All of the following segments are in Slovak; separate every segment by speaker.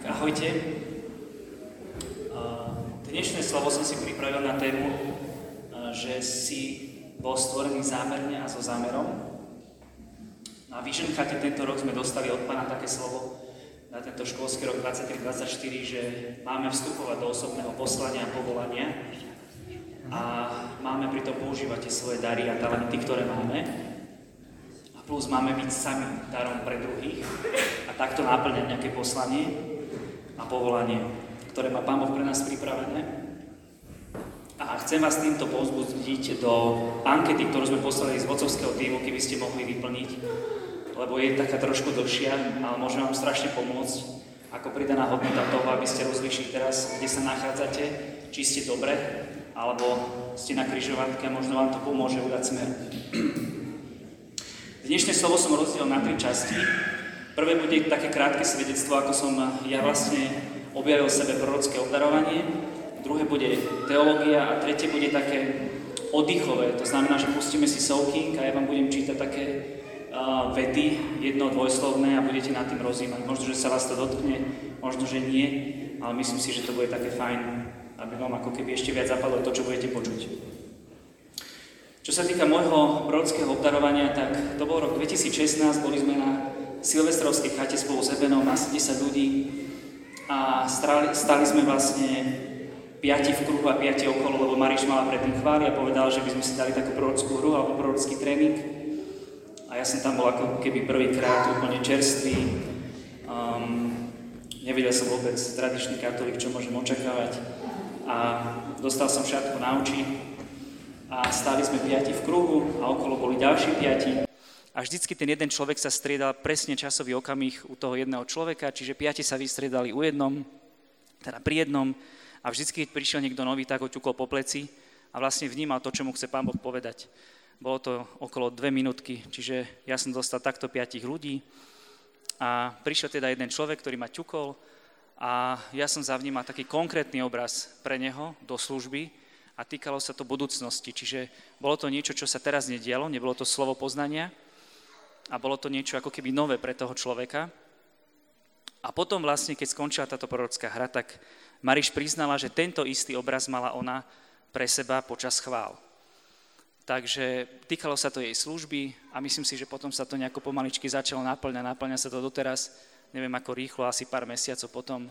Speaker 1: Ahojte. Dnešné slovo som si pripravil na tému, že si bol stvorený zámerne a so zámerom. Na Vision Chate tento rok sme dostali od Pána také slovo na tento školský rok 2024, že máme vstupovať do osobného poslania a povolania a máme pritom používať tie svoje dary a talenty, ktoré máme. A plus máme byť sami darom pre druhých a takto náplňať nejaké poslanie a povolanie, ktoré má Pán Boh pre nás pripravené. A chcem vás týmto povzbudiť do ankety, ktorú sme poslali z vodcovského tímu, keby ste mohli vyplniť, lebo je taká trošku dlhšia, ale môže vám strašne pomôcť ako pridaná hodnota toho, aby ste rozlíšili teraz, kde sa nachádzate, či ste dobre, alebo ste na križovatke a možno vám to pomôže udať smer. Dnešné slovo som rozdielil na 3 časti. Prvé bude také krátke svedectvo, ako som ja vlastne objavil v sebe prorocké obdarovanie. Druhé bude teológia a tretie bude také oddychové. To znamená, že pustíme si soaking a ja vám budem čítať také vety, jedno dvojslovné a budete nad tým rozímať. Možno, že sa vás to dotkne, možno, že nie, ale myslím si, že to bude také fajn, aby vám ako keby ešte viac zapadlo to, čo budete počuť. Čo sa týka môjho prorockého obdarovania, tak to bol rok 2016, boli sme na silvestrovskej chate spolu s Ebenom, asi 10 ľudí a stali sme vlastne 5 v kruhu a 5 okolo, lebo Mariš mala predtým chváli a povedal, že by sme si dali takú prorockú hru alebo prorocký tréning. A ja som tam bol ako keby prvýkrát úplne čerstvý. Nevedel som vôbec tradičný katolík, čo môžem očakávať. A dostal som šatku na oči a stáli sme 5 v kruhu a okolo boli ďalší 5. A vždycky ten jeden človek sa striedal presne časový okamih u toho jedného človeka, čiže 5 sa vystriedali pri jednom a vždycky, keď prišiel niekto nový, tak ho ťukol po pleci a vlastne vnímal to, čo mu chce Pán Boh povedať. Bolo to okolo 2 minútky, čiže ja som dostal takto 5 ľudí a prišiel teda jeden človek, ktorý ma ťukol a ja som zavnímal taký konkrétny obraz pre neho do služby a týkalo sa to budúcnosti, čiže bolo to niečo, čo sa teraz nedialo, nebolo to slovo poznania, a bolo to niečo ako keby nové pre toho človeka. A potom vlastne, keď skončila táto prorocká hra, tak Mariš priznala, že tento istý obraz mala ona pre seba počas chvál. Takže týkalo sa to jej služby a myslím si, že potom sa to nejako pomaličky začalo naplňa sa to doteraz, neviem ako rýchlo, asi pár mesiacov potom.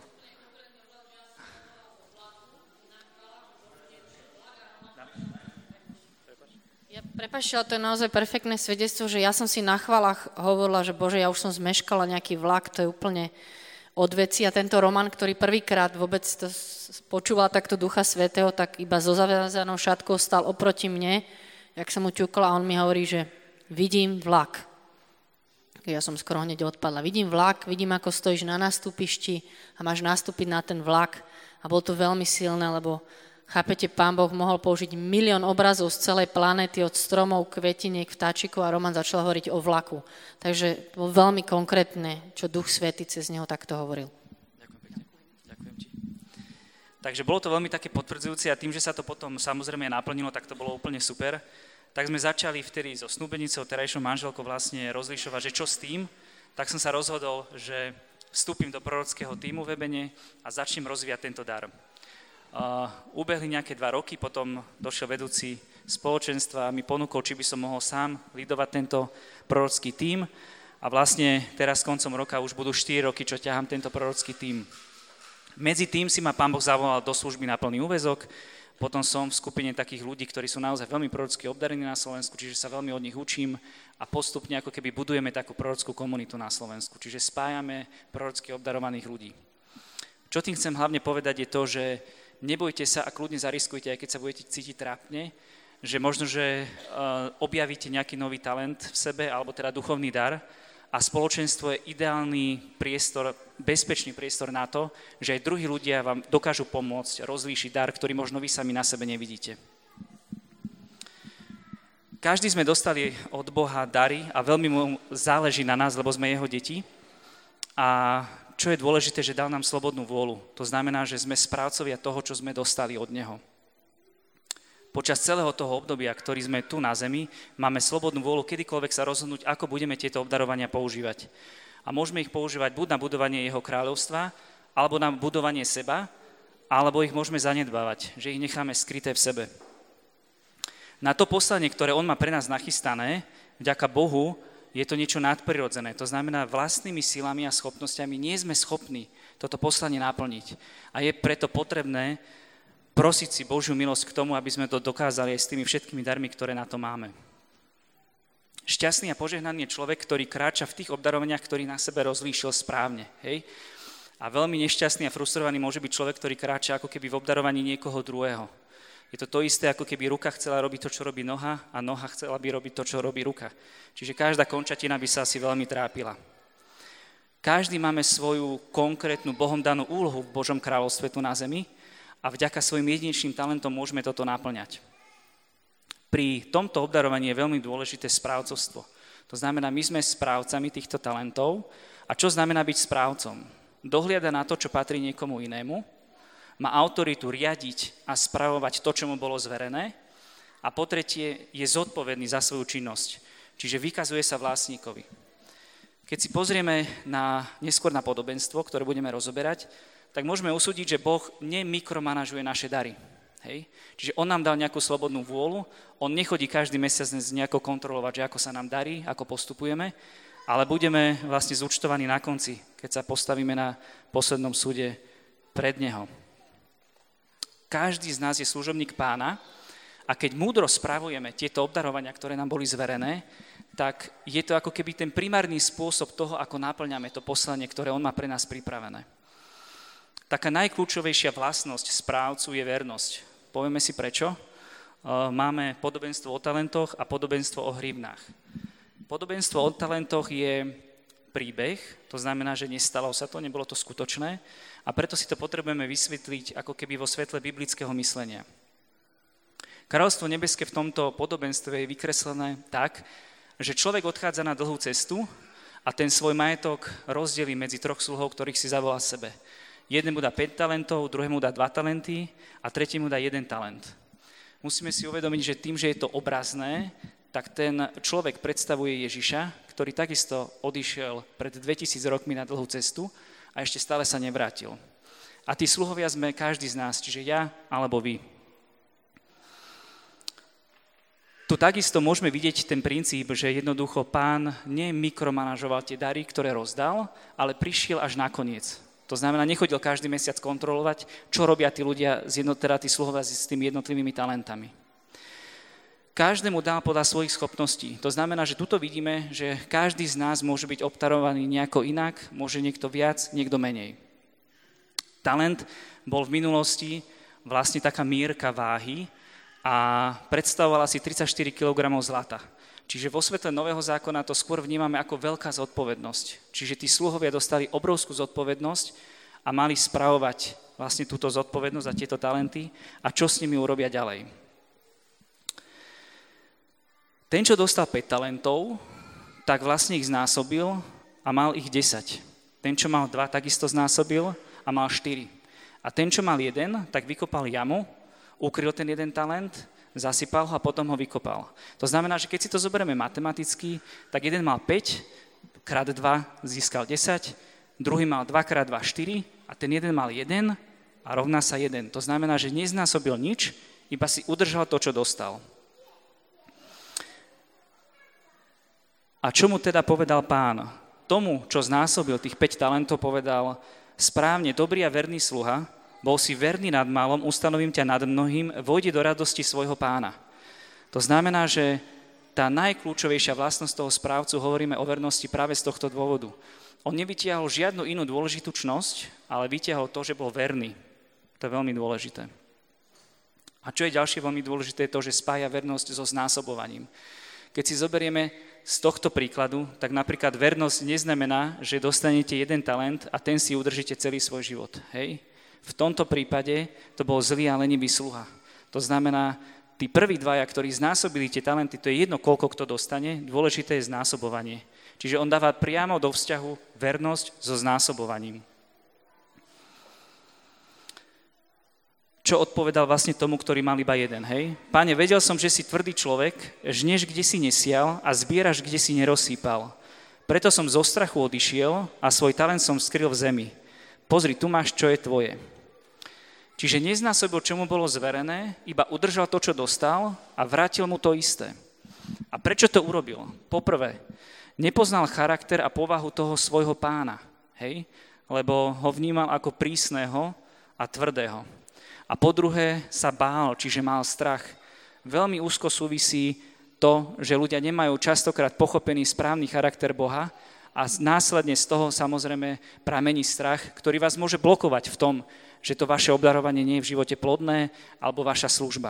Speaker 2: Prepáčte, ale to je naozaj perfektné svedectvo, že ja som si na chválach hovorila, že Bože, ja už som zmeškala nejaký vlak, to je úplne od veci a tento Roman, ktorý prvýkrát vôbec to počúval takto Ducha Svätého, tak iba so zaviazanou šatkou stal oproti mne, jak som mu ťukla a on mi hovorí, že vidím vlak. Ja som skoro hneď odpadla. Vidím vlak, vidím, ako stojíš na nástupišti a máš nastúpiť na ten vlak a bolo to veľmi silné, lebo chápete, Pán Boh mohol použiť 1 000 000 obrazov z celej planéty, od stromov, kvetiniek, vtáčikov a Roman začal hovoriť o vlaku. Takže to bolo veľmi konkrétne, čo Duch Svätý cez neho takto hovoril.
Speaker 1: Ďakujem pekne. Ďakujem ti. Takže bolo to veľmi také potvrdzujúce a tým, že sa to potom samozrejme naplnilo, tak to bolo úplne super. Tak sme začali vtedy so snúbenicou, terajšou manželkou vlastne rozlišovať, že čo s tým. Tak som sa rozhodol, že vstúpim do prorockého tímu v Ebene a začnem rozvíjať tento dar. Ubehli nejaké 2 roky, potom došiel vedúci spoločenstva a mi ponúkol, či by som mohol sám lídovať tento prorocký tím a vlastne teraz koncom roka už budú 4 roky, čo ťahám tento prorocký tím. Medzi tým si ma Pán Boh zavolal do služby na plný úväzok, potom som v skupine takých ľudí, ktorí sú naozaj veľmi prorocky obdarení na Slovensku, čiže sa veľmi od nich učím a postupne ako keby budujeme takú prorockú komunitu na Slovensku, čiže spájame prorocky obdarovaných ľudí. Čo tým chcem hlavne povedať je to, že nebojte sa a kľudne zariskujte, aj keď sa budete cítiť trápne, že možno, že objavíte nejaký nový talent v sebe, alebo teda duchovný dar a spoločenstvo je ideálny priestor, bezpečný priestor na to, že aj druhí ľudia vám dokážu pomôcť rozlíšiť dar, ktorý možno vy sami na sebe nevidíte. Každý sme dostali od Boha dary a veľmi mu záleží na nás, lebo sme jeho deti. A čo je dôležité, že dal nám slobodnú vôľu. To znamená, že sme správcovia toho, čo sme dostali od Neho. Počas celého toho obdobia, ktorý sme tu na zemi, máme slobodnú vôľu kedykoľvek sa rozhodnúť, ako budeme tieto obdarovania používať. A môžeme ich používať buď na budovanie Jeho kráľovstva, alebo na budovanie seba, alebo ich môžeme zanedbávať, že ich necháme skryté v sebe. Na to poslanie, ktoré on má pre nás nachystané, vďaka Bohu, je to niečo nadprirodzené. To znamená, vlastnými silami a schopnosťami nie sme schopní toto poslanie naplniť. A je preto potrebné prosiť si Božiu milosť k tomu, aby sme to dokázali aj s tými všetkými darmi, ktoré na to máme. Šťastný a požehnaný je človek, ktorý kráča v tých obdarovaniach, ktorý na sebe rozlíšil správne. Hej? A veľmi nešťastný a frustrovaný môže byť človek, ktorý kráča ako keby v obdarovaní niekoho druhého. Je to isté, ako keby ruka chcela robiť to, čo robí noha, a noha chcela by robiť to, čo robí ruka. Čiže každá končatina by sa asi veľmi trápila. Každý máme svoju konkrétnu Bohom danú úlohu v Božom kráľovstve tu na zemi a vďaka svojim jedinečným talentom môžeme toto naplňať. Pri tomto obdarovaní je veľmi dôležité správcovstvo. To znamená, my sme správcami týchto talentov. A čo znamená byť správcom? Dohliada na to, čo patrí niekomu inému, má autoritu riadiť a spravovať to, čo mu bolo zverené, a po tretie je zodpovedný za svoju činnosť, čiže vykazuje sa vlastníkovi. Keď si pozrieme neskôr na podobenstvo, ktoré budeme rozoberať, tak môžeme usúdiť, že Boh nemikromanažuje naše dary. Hej? Čiže on nám dal nejakú slobodnú vôľu, on nechodí každý mesiac nejako kontrolovať, že ako sa nám darí, ako postupujeme, ale budeme vlastne zúčtovaní na konci, keď sa postavíme na poslednom súde pred neho. Každý z nás je služobník Pána a keď múdro spravujeme tieto obdarovania, ktoré nám boli zverené, tak je to ako keby ten primárny spôsob toho, ako naplňame to poslanie, ktoré on má pre nás pripravené. Taká najkľúčovejšia vlastnosť správcu je vernosť. Povieme si prečo. Máme podobenstvo o talentoch a podobenstvo o hríbnách. Podobenstvo o talentoch je príbeh, to znamená, že nestalo sa to, nebolo to skutočné a preto si to potrebujeme vysvetliť ako keby vo svetle biblického myslenia. Kráľovstvo nebeské v tomto podobenstve je vykreslené tak, že človek odchádza na dlhú cestu a ten svoj majetok rozdelí medzi 3 sluhov, ktorých si zavolá sebe. Jednému dá 5 talentov, druhému dá 2 talenty a tretiemu dá 1 talent. Musíme si uvedomiť, že tým, že je to obrazné, tak ten človek predstavuje Ježiša, ktorý takisto odišiel pred 2000 rokmi na dlhú cestu a ešte stále sa nevrátil. A tí sluhovia sme každý z nás, čiže ja alebo vy. Tu takisto môžeme vidieť ten princíp, že jednoducho Pán nemikromanažoval tie dary, ktoré rozdal, ale prišiel až nakoniec. To znamená, nechodil každý mesiac kontrolovať, čo robia tí ľudia, tí sluhovia s tými jednotlivými talentami. Každému dal podľa svojich schopností. To znamená, že tuto vidíme, že každý z nás môže byť obdarovaný nejako inak, môže niekto viac, niekto menej. Talent bol v minulosti vlastne taká mierka váhy a predstavovala si 34 kg zlata. Čiže vo svetle Nového zákona to skôr vnímame ako veľká zodpovednosť. Čiže tí sluhovia dostali obrovskú zodpovednosť a mali spravovať vlastne túto zodpovednosť a tieto talenty a čo s nimi urobia ďalej. Ten, čo dostal 5 talentov, tak vlastne ich znásobil a mal ich 10. Ten, čo mal 2, takisto znásobil a mal 4. A ten, čo mal 1, tak vykopal jamu, ukryl ten 1 talent, zasypal ho a potom ho vykopal. To znamená, že keď si to zoberieme matematicky, tak jeden mal 5, krát 2 získal 10, druhý mal 2 krát 2, 4 a ten jeden mal 1 a rovná sa 1. To znamená, že neznásobil nič, iba si udržal to, čo dostal. A čo mu teda povedal Pán? Tomu, čo znásobil tých 5 talentov, povedal: správne, dobrý a verný sluha, bol si verný nad malom, ustanovím ťa nad mnohým, vojdi do radosti svojho pána. To znamená, že tá najkľúčovejšia vlastnosť toho správcu, hovoríme o vernosti práve z tohto dôvodu. On nevytiahol žiadnu inú dôležitú čnosť, ale vytiahol to, že bol verný. To je veľmi dôležité. A čo je ďalšie veľmi dôležité, je to, že spája vernosť so znásobovaním. Keď si zoberieme z tohto príkladu, tak napríklad vernosť neznamená, že dostanete 1 talent a ten si udržíte celý svoj život. Hej? V tomto prípade to bol zlý a lenivý sluha. To znamená, tí prví 2, ktorí znásobili tie talenty, to je jedno, koľko kto dostane, dôležité je znásobovanie. Čiže on dáva priamo do vzťahu vernosť so znásobovaním. Čo odpovedal vlastne tomu, ktorý mal iba 1, hej? Páne, vedel som, že si tvrdý človek, žneš, kde si nesial a zbieraš, kde si nerozsýpal. Preto som zo strachu odišiel a svoj talent som skryl v zemi. pozri, tu máš, čo je tvoje. Čiže neznásobil, čo mu bolo zverené, iba udržal to, čo dostal a vrátil mu to isté. A prečo to urobil? Poprvé, nepoznal charakter a povahu toho svojho pána, hej? Lebo ho vnímal ako prísneho a tvrdého. A po druhé sa bál, čiže mal strach. Veľmi úzko súvisí to, že ľudia nemajú častokrát pochopený správny charakter Boha a následne z toho samozrejme pramení strach, ktorý vás môže blokovať v tom, že to vaše obdarovanie nie je v živote plodné alebo vaša služba.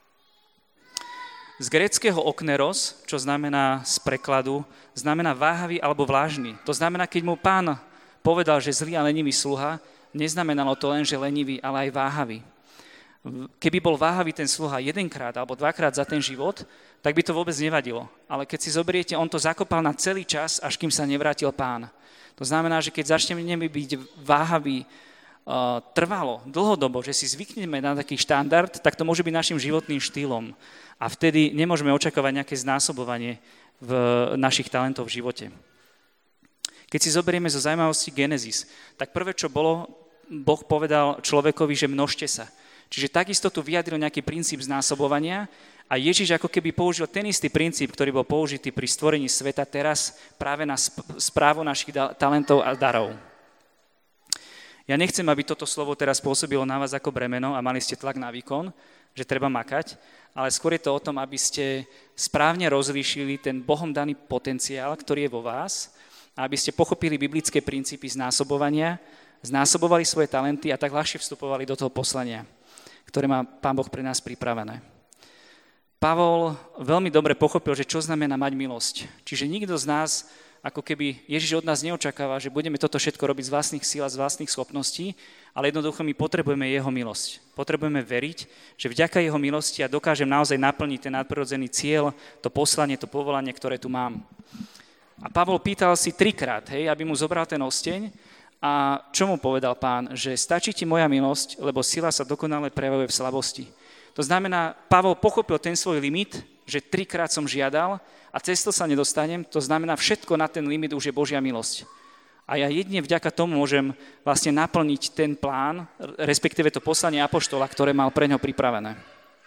Speaker 1: Z gréckeho okneros, čo znamená z prekladu, znamená váhavý alebo vlážny. To znamená, keď mu pán povedal, že zlý a lenivý sluha, neznamenalo to len, že lenivý, ale aj váhavý. Keby bol váhavý ten sluha jedenkrát alebo dvakrát za ten život, tak by to vôbec nevadilo. Ale keď si zoberiete, on to zakopal na celý čas, až kým sa nevrátil pán. To znamená, že keď začneme byť váhaví trvalo, dlhodobo, že si zvykneme na taký štandard, tak to môže byť našim životným štýlom. A vtedy nemôžeme očakávať nejaké znásobovanie v našich talentov v živote. Keď si zoberieme zo zaujímavosti Genesis, tak prvé, čo bolo, Boh povedal človekovi, že množte sa. Čiže takisto tu vyjadril nejaký princíp znásobovania a Ježiš ako keby použil ten istý princíp, ktorý bol použitý pri stvorení sveta teraz práve na správu našich talentov a darov. Ja nechcem, aby toto slovo teraz pôsobilo na vás ako bremeno a mali ste tlak na výkon, že treba makať, ale skôr je to o tom, aby ste správne rozlíšili ten Bohom daný potenciál, ktorý je vo vás, a aby ste pochopili biblické princípy znásobovania, znásobovali svoje talenty a tak ľahšie vstupovali do toho poslania, ktoré má Pán Boh pre nás pripravené. Pavol veľmi dobre pochopil, že čo znamená mať milosť. Čiže nikto z nás, ako keby Ježiš od nás neočakáva, že budeme toto všetko robiť z vlastných síl a z vlastných schopností, ale jednoducho my potrebujeme jeho milosť. Potrebujeme veriť, že vďaka jeho milosti ja dokážem naozaj naplniť ten nadprirodzený cieľ, to poslanie, to povolanie, ktoré tu mám. A Pavol pýtal si 3-krát, aby mu zobral ten osteň, a čo mu povedal Pán? Že stačí ti moja milosť, lebo sila sa dokonale prejavuje v slabosti. To znamená, Pavol pochopil ten svoj limit, že 3-krát som žiadal a cez to sa nedostanem, to znamená, všetko na ten limit už je Božia milosť. A ja jedine vďaka tomu môžem vlastne naplniť ten plán, respektíve to poslanie apoštola, ktoré mal pre ňo pripravené.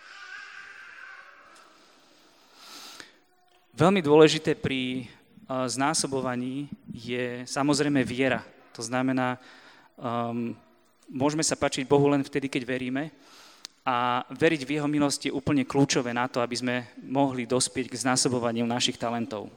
Speaker 1: Veľmi dôležité pri znásobovaní je samozrejme viera. To znamená, môžeme sa páčiť Bohu len vtedy, keď veríme, a veriť v jeho milosti je úplne kľúčové na to, aby sme mohli dospieť k znásobovaniu našich talentov.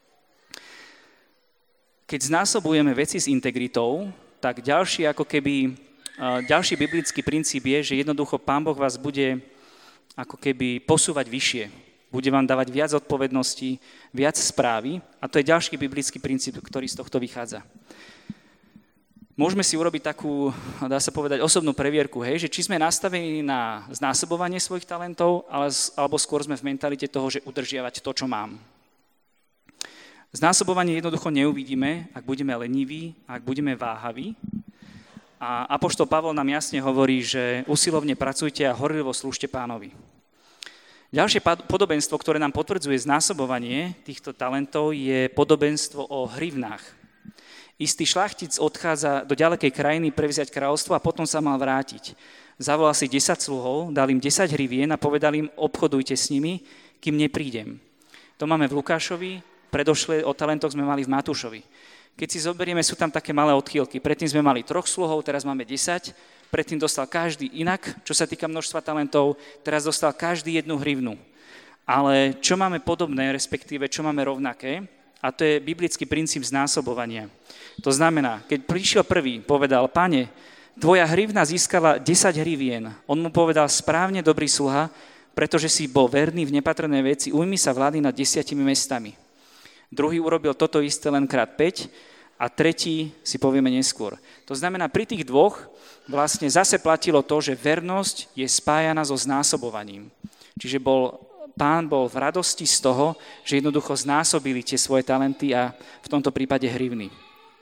Speaker 1: Keď znásobujeme veci s integritou, tak ďalší biblický princíp je, že jednoducho Pán Boh vás bude ako keby posúvať vyššie. Bude vám dávať viac odpovedností, viac správy, a to je ďalší biblický princíp, ktorý z tohto vychádza. Môžeme si urobiť takú, dá sa povedať, osobnú previerku, že či sme nastavení na znásobovanie svojich talentov, alebo skôr sme v mentalite toho, že udržiavať to, čo mám. Znásobovanie jednoducho neuvidíme, ak budeme leniví, ak budeme váhaví. A apoštol Pavol nám jasne hovorí, že usilovne pracujte a horlivo slúžte Pánovi. Ďalšie podobenstvo, ktoré nám potvrdzuje znásobovanie týchto talentov, je podobenstvo o hrivnách. Istý šľachtic odchádza do ďalekej krajiny prevziať kráľovstvo a potom sa mal vrátiť. Zavolal si 10 sluhov, dal im 10 hrivien a povedal im, obchodujte s nimi, kým neprídem. To máme v Lukášovi, predošlé o talentoch sme mali v Matúšovi. Keď si zoberieme, sú tam také malé odchýlky. Predtým sme mali 3 sluhov, teraz máme 10. Predtým dostal každý inak, čo sa týka množstva talentov, teraz dostal každý 1 hrivnu. Ale čo máme podobné, respektíve čo máme rovnaké, a to je biblický princíp znásobovania. To znamená, keď prišiel prvý, povedal, Pane, tvoja hrivna získala 10 hrivien. On mu povedal, správne, dobrý sluha, pretože si bol verný v nepatrné veci, ujmi sa vlády nad 10 mestami. Druhý urobil toto isté len krát 5 a tretí si povieme neskôr. To znamená, pri tých dvoch vlastne zase platilo to, že vernosť je spájana so znásobovaním. Čiže Pán bol v radosti z toho, že jednoducho znásobili tie svoje talenty a v tomto prípade hrivny.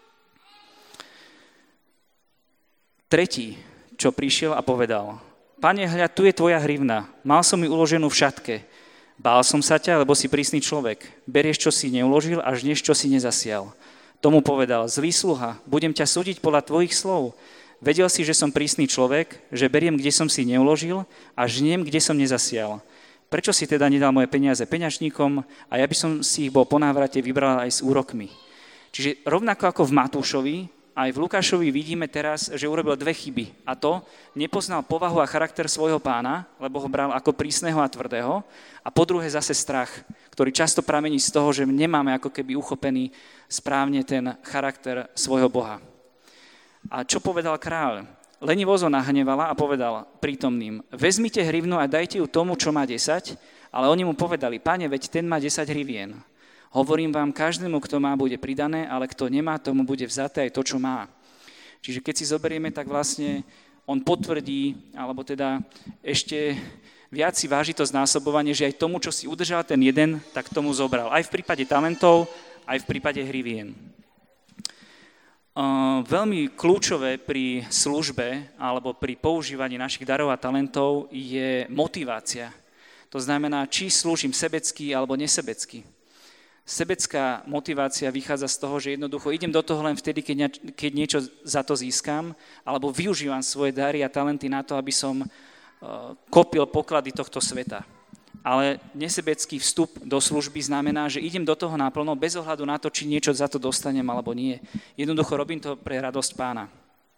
Speaker 1: Tretí, čo prišiel a povedal, Pane, hľa, tu je tvoja hrivna, mal som ju uloženú v šatke. Bál som sa ťa, lebo si prísny človek. Berieš, čo si neuložil, až dnes, čo si nezasial. Tomu povedal, zlý sluha, budem ťa súdiť podľa tvojich slov. Vedel si, že som prísny človek, že beriem, kde som si neuložil a žniem, kde som nezasial. Prečo si teda nedal moje peniaze peňažníkom a ja by som si ich bol po návrate vybral aj s úrokmi. Čiže rovnako ako v Matúšovi, aj v Lukášovi vidíme teraz, že urobil dve chyby. A to, nepoznal povahu a charakter svojho pána, lebo ho bral ako prísneho a tvrdého. A po druhé zase strach, ktorý často pramení z toho, že nemáme ako keby uchopený správne ten charakter svojho Boha. A čo povedal kráľ? Lenivosť ho nahnevala a povedal prítomným, vezmite hrivnu a dajte ju tomu, čo má 10, ale oni mu povedali, pane, veď ten má 10 hrivien. Hovorím vám, každému, kto má, bude pridané, ale kto nemá, tomu bude vzaté aj to, čo má. Čiže keď si zoberieme, tak vlastne on potvrdí, alebo teda ešte viac si váži to znásobovanie, že aj tomu, čo si udržal ten jeden, tak tomu zobral. Aj v prípade talentov, aj v prípade hrivien. Veľmi kľúčové pri službe alebo pri používaní našich darov a talentov je motivácia. To znamená, či slúžim sebecky alebo nesebecky. Sebecká motivácia vychádza z toho, že jednoducho idem do toho len vtedy, keď niečo za to získam, alebo využívam svoje dary a talenty na to, aby som kopil poklady tohto sveta. Ale nesebecký vstup do služby znamená, že idem do toho naplno bez ohľadu na to, či niečo za to dostanem alebo nie. Jednoducho robím to pre radosť Pána.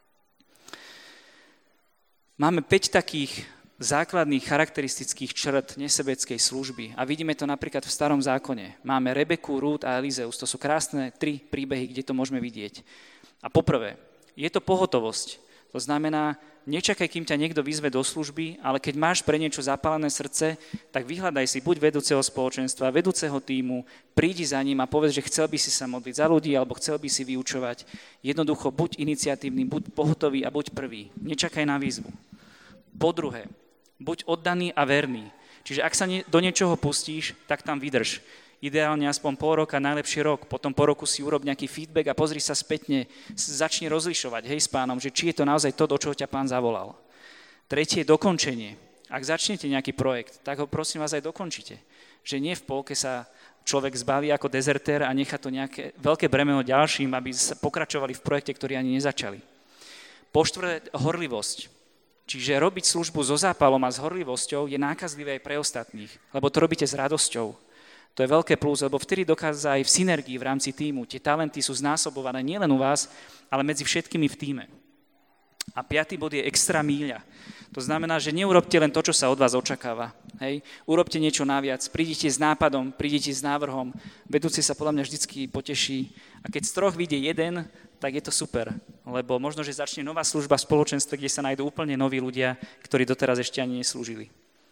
Speaker 1: Máme 5 takých základných charakteristických črt nesebeckej služby a vidíme to napríklad v Starom zákone. Máme Rebeku, Rút a Elizeus. To sú krásne 3 príbehy, kde to môžeme vidieť. A poprvé, je to pohotovosť. To znamená, nečakaj, kým ťa niekto vyzve do služby, ale keď máš pre niečo zapálené srdce, tak vyhľadaj si buď vedúceho spoločenstva, vedúceho tímu, prídi za ním a povedz, že chcel by si sa modliť za ľudí alebo chcel by si vyučovať. Jednoducho buď iniciatívny, buď pohotový a buď prvý. Nečakaj na výzvu. Po druhé, buď oddaný a verný. Čiže ak sa do niečoho pustíš, tak tam vydrž. Ideálne aspoň pol roka, najlepšie rok. Potom po roku si urob nejaký feedback a pozri sa spätne, začni rozlišovať, hej, s Pánom, že či je to naozaj to, do čoho ťa Pán zavolal. Tretie, dokončenie. Ak začnete nejaký projekt, tak ho prosím vás aj dokončite. Že nie v polke sa človek zbaví ako dezertér a nechá to nejaké veľké bremeno ďalším, aby sa pokračovali v projekte, ktorý ani nezačali. Po štvrté, horlivosť. Čiže robiť službu so zápalom a s horlivosťou je nákazlivé aj pre ostatných, lebo to robíte s radosťou. To je veľké plus, lebo vtedy dochádza aj v synergii v rámci tímu. Tie talenty sú znásobované nielen u vás, ale medzi všetkými v tíme. A 5. bod je extra míľa. To znamená, že neurobte len to, čo sa od vás očakáva. Hej? Urobte niečo naviac, prídite s nápadom, prídite s návrhom. Vedúci sa podľa mňa vždycky poteší. A keď z 3 vyjde jeden, tak je to super. Lebo možno, že začne nová služba v spoločenstve, kde sa nájdú úplne noví ľudia, ktorí doteraz ešte ani neslúžili.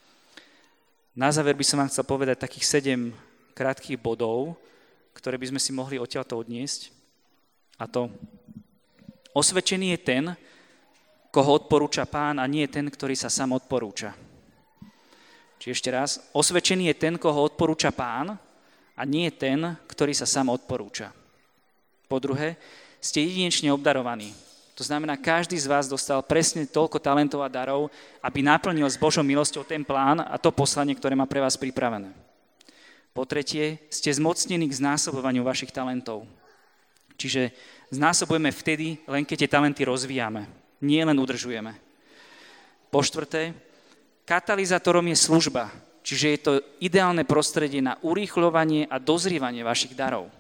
Speaker 1: Na záver by som vám chcel povedať takých 7 krátkych bodov, ktoré by sme si mohli odtiaľto odniesť. A to, osvedčený je ten, koho odporúča Pán a nie ten, ktorý sa sám odporúča. Čiže ešte raz, osvedčený je ten, koho odporúča Pán a nie ten, ktorý sa sám odporúča. Po druhé, ste jedinečne obdarovaní. To znamená, každý z vás dostal presne toľko talentov a darov, aby naplnil s Božou milosťou ten plán a to poslanie, ktoré má pre vás pripravené. Po tretie, ste zmocnení k znásobovaniu vašich talentov. Čiže znásobujeme vtedy, len keď tie talenty rozvíjame, nie len udržujeme. Po štvrté, katalizátorom je služba, čiže je to ideálne prostredie na urýchľovanie a dozrievanie vašich darov.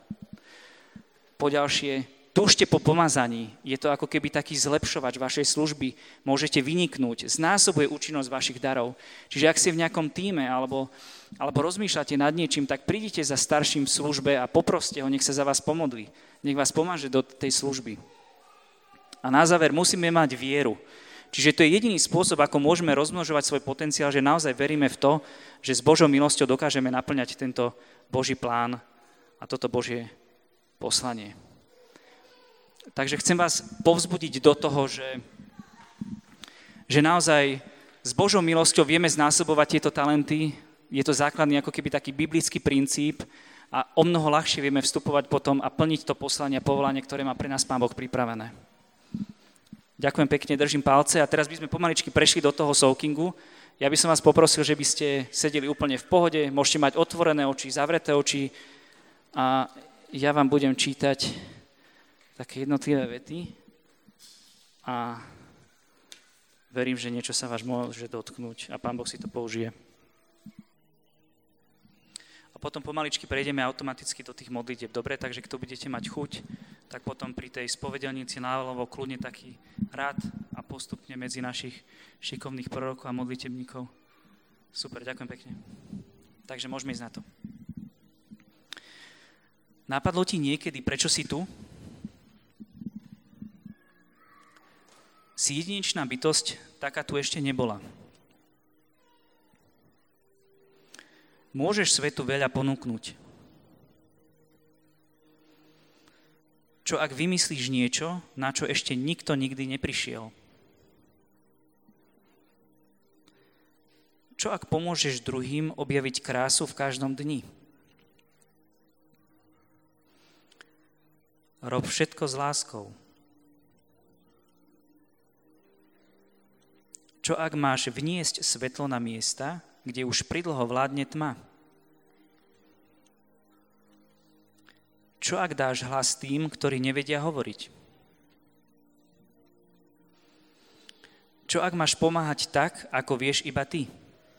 Speaker 1: Po ďalšie, túžte po pomazaní, je to ako keby taký zlepšovač vašej služby, môžete vyniknúť, znásobuje účinnosť vašich darov. Čiže ak ste v nejakom tíme alebo rozmýšľate nad niečím, tak prídite za starším v službe a poproste ho, nech sa za vás pomodlí, nech vás pomáže do tej služby. A na záver musíme mať vieru. Čiže to je jediný spôsob, ako môžeme rozmnožovať svoj potenciál, že naozaj veríme v to, že s Božou milosťou dokážeme naplňať tento Boží plán a toto Božie poslanie. Takže chcem vás povzbudiť do toho, že naozaj s Božou milosťou vieme znásobovať tieto talenty. Je to základný ako keby taký biblický princíp a o mnoho ľahšie vieme vstupovať potom a plniť to poslanie a povolanie, ktoré má pre nás Pán Boh pripravené. Ďakujem pekne, držím palce a teraz by sme pomaličky prešli do toho soakingu. Ja by som vás poprosil, že by ste sedeli úplne v pohode, môžete mať otvorené oči, zavreté oči a ja vám budem čítať také jednotlivé vety a verím, že niečo sa vás môže dotknúť a Pán Boh si to použije. A potom pomaličky prejdeme automaticky do tých modlitieb. Dobre, takže kto budete mať chuť, tak potom pri tej spovedelnici náľavo kľudne taký rád a postupne medzi našich šikovných prorokov a modlitebníkov. Super, ďakujem pekne. Takže môžeme ísť na to. Napadlo ti niekedy, prečo si tu? Si jedinečná bytosť, taká tu ešte nebola. Môžeš svetu veľa ponúknuť. Čo ak vymyslíš niečo, na čo ešte nikto nikdy neprišiel? Čo ak pomôžeš druhým objaviť krásu v každom dni? Rob všetko s láskou. Čo ak máš vniesť svetlo na miesta, kde už pridlho vládne tma? Čo ak dáš hlas tým, ktorí nevedia hovoriť? Čo ak máš pomáhať tak, ako vieš iba ty?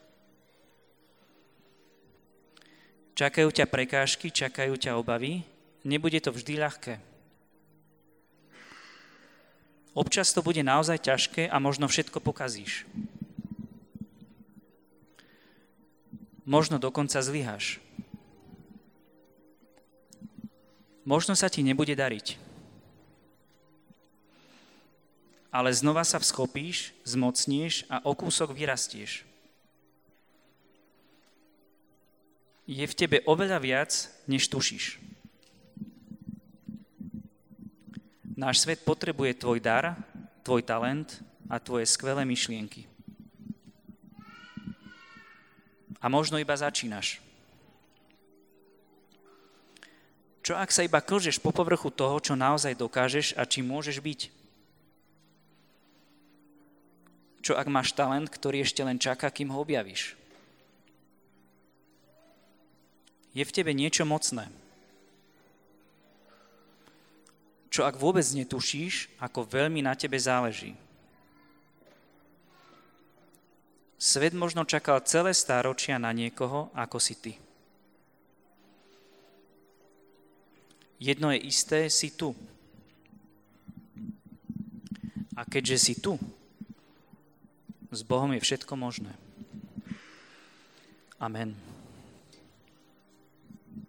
Speaker 1: Čakajú ťa prekážky, čakajú ťa obavy, nebude to vždy ľahké. Občas to bude naozaj ťažké a možno všetko pokazíš. Možno dokonca zlyháš. Možno sa ti nebude dariť. Ale znova sa vzchopíš, zmocnieš a o kúsok vyrastieš. Je v tebe oveľa viac, než tušíš. Náš svet potrebuje tvoj dar, tvoj talent a tvoje skvelé myšlienky. A možno iba začínaš. Čo ak sa iba klžeš po povrchu toho, čo naozaj dokážeš a čím môžeš byť? Čo ak máš talent, ktorý ešte len čaká, kým ho objavíš? Je v tebe niečo mocné. Čo ak vôbec netušíš, ako veľmi na tebe záleží? Svet možno čakal celé stáročia na niekoho, ako si ty. Jedno je isté, si tu. A keďže si tu, s Bohom je všetko možné. Amen.